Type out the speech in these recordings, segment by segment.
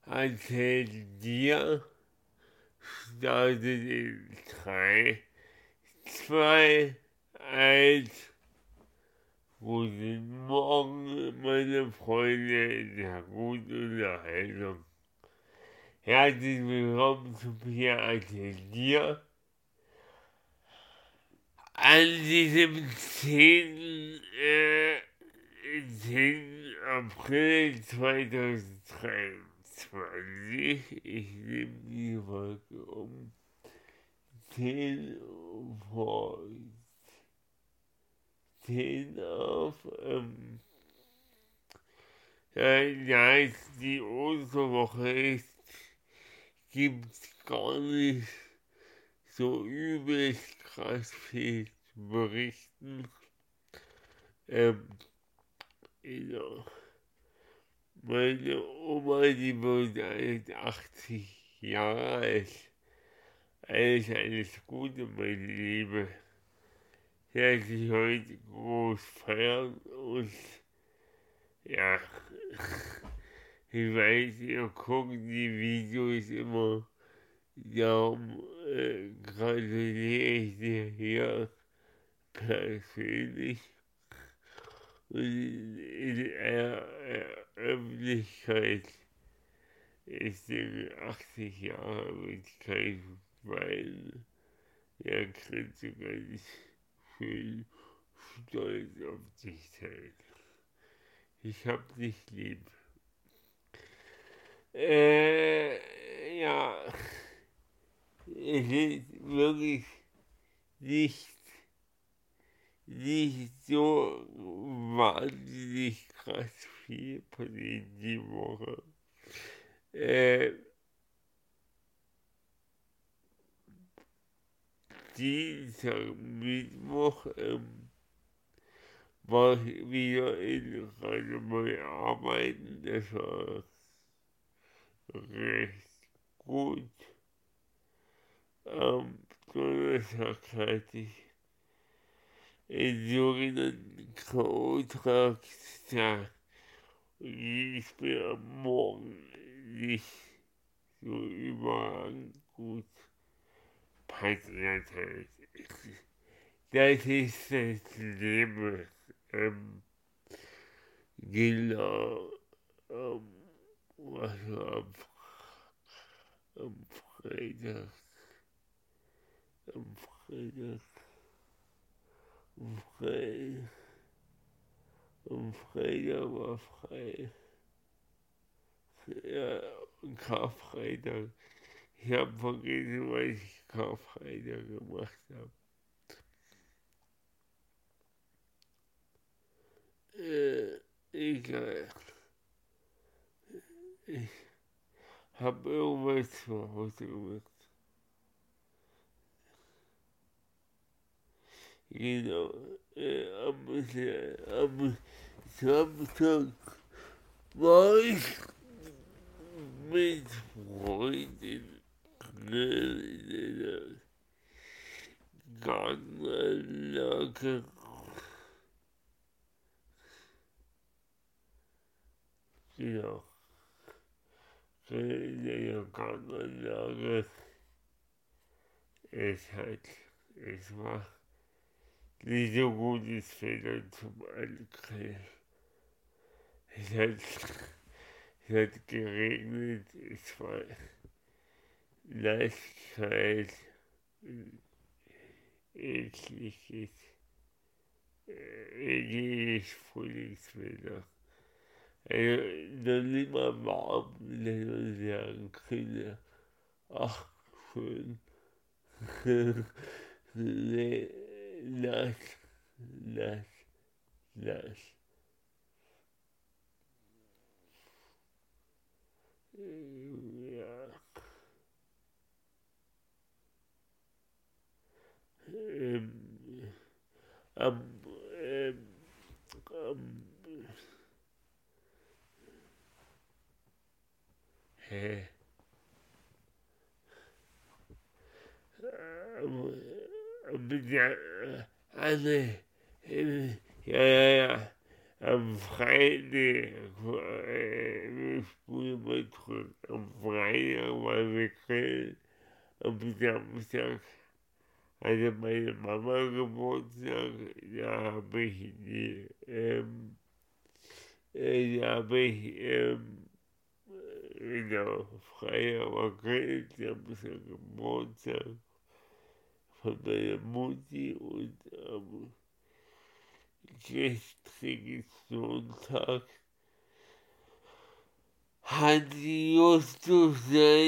Atelier startet in 3, 2, 1. Guten Morgen, meine Freunde der guten Unterhaltung. Herzlich willkommen zum Atelier. An diesem 10. April 2023, ich nehme die Folge um 10 vor 10 auf. Da es die Osterwoche ist, gibt es gar nicht so übelst krass viel zu berichten. Ja. Meine Oma, die wird 80 Jahre alt. Alles Gute, meine Liebe. Sie hat sich heute groß feiern und ja, ich weiß, ihr guckt die Videos immer, darum gratuliere ich dir hier persönlich und in der Öffentlichkeit ist in 80 Jahre mit kein Wein, er kann sogar nicht schön stolz auf dich sein. Ich hab dich lieb. Ja, es ist wirklich nicht so wahnsinnig krass viel passiert die Woche. Dienstag, Mittwoch war ich wieder in Radebeul arbeiten. Das war recht gut. Am Donnerstag hatte ich einen sogenannten K.O.-Tag. Ich bin am Morgen nicht so überragend gut. Passt natürlich. Das ist das Leben. Genau. Was war am Freitag? Am Freitag. Am Freitag war frei. Ja, Karfreitag. Ich habe vergessen, was ich Karfreitag gemacht habe. Egal. Ich habe irgendwas zu Hause gemacht. Genau. Am Samstag war ich mit Freunden in der Gartenanlage. Genau. In der Gartenanlage. Es war nicht so gutes Wetter zum Angrillen. Es hat geregnet, es war nass, kalt, ekliges Frühlingswetter. Also noch nicht mal warm, sondern sehr kühl. Ach, schön. Nee, nass, nass, nass. Ja. Am, am, hä? Alle, ja, am Freitag, wir spulen mal zurück, am Feier, weil wir grillen. Am Samstag hatte meine Mama Geburtstag, genau, Feier war grillen, Samstag Geburtstag von meiner Mutti und am gestrigen Sonntag hat Justus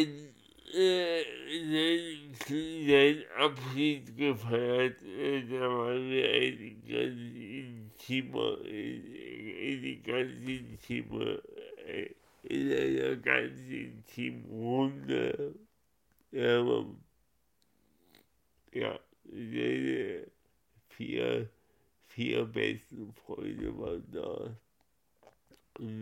seinen Abschied gefeiert. Da waren wir in einer ganz intimen Runde. Ja, seine vier besten Freunde waren da. Und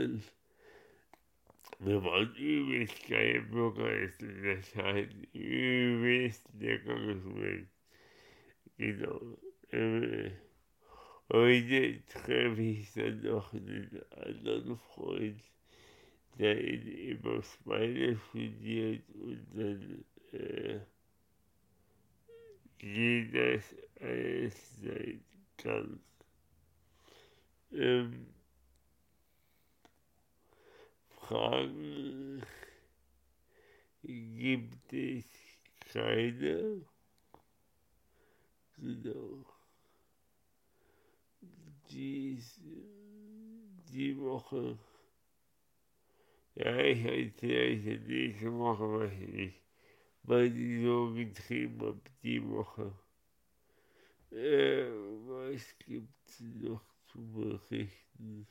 wir waren übelst geil Burger essen. Das hat übelst lecker geschmeckt. Genau. Heute treffe ich dann noch einen anderen Freund, der in Eberswalde studiert und dann geht das alles seinen Gang. Fragen gibt es keine. Genau. Die Woche. Ja, ich erzähle euch nächste Woche, was ich so getrieben habe, die Woche. Was gibt's noch zu berichten?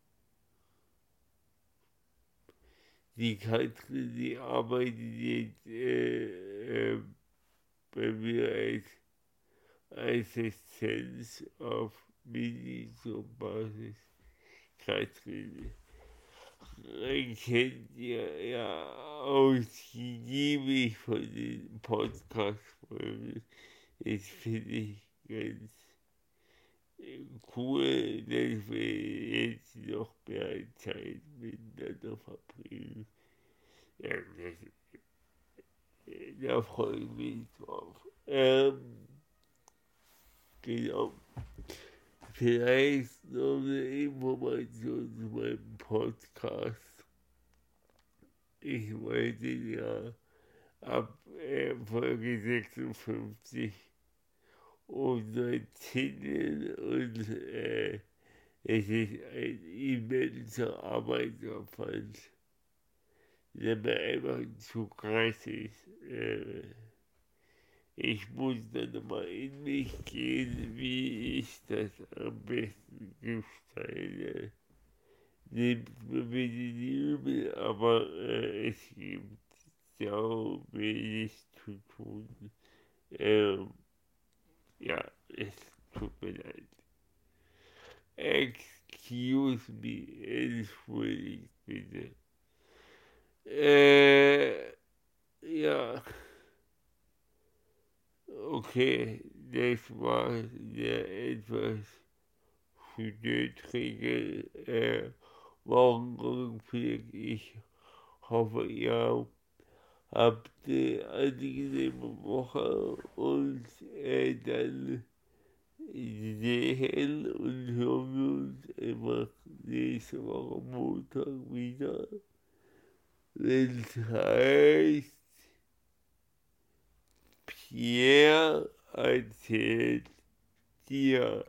Die Katrin, die arbeitet jetzt bei mir als Assistenz auf Minijob-Basis. Katrin kennt ihr ja ausgiebig von den Podcast-Folgen. Das finde ich ganz cool, dass wir jetzt noch mehr Zeit miteinander verbringen. Ja, da freue ich mich drauf. Genau. Vielleicht noch eine Information zu meinem Podcast. Ich wollte ja ab Folge 56 unseren Titel und es ist ein immenser Arbeitsaufwand, der mir einfach zu krass ist. Ich muss dann mal in mich gehen, wie ich das am besten gestalte. Nehmt mir bitte nicht übel, aber es gibt so wenig zu tun. Ja, es tut mir leid. Excuse me, entschuldigt bitte. Ja, okay, das war der etwas schnötrige Wochenrückblick. Ich hoffe, ihr habt eine angenehme Woche und dann sehen und hören wir uns immer nächste Woche Montag wieder, wenn es heißt, Pierre erzählt dir.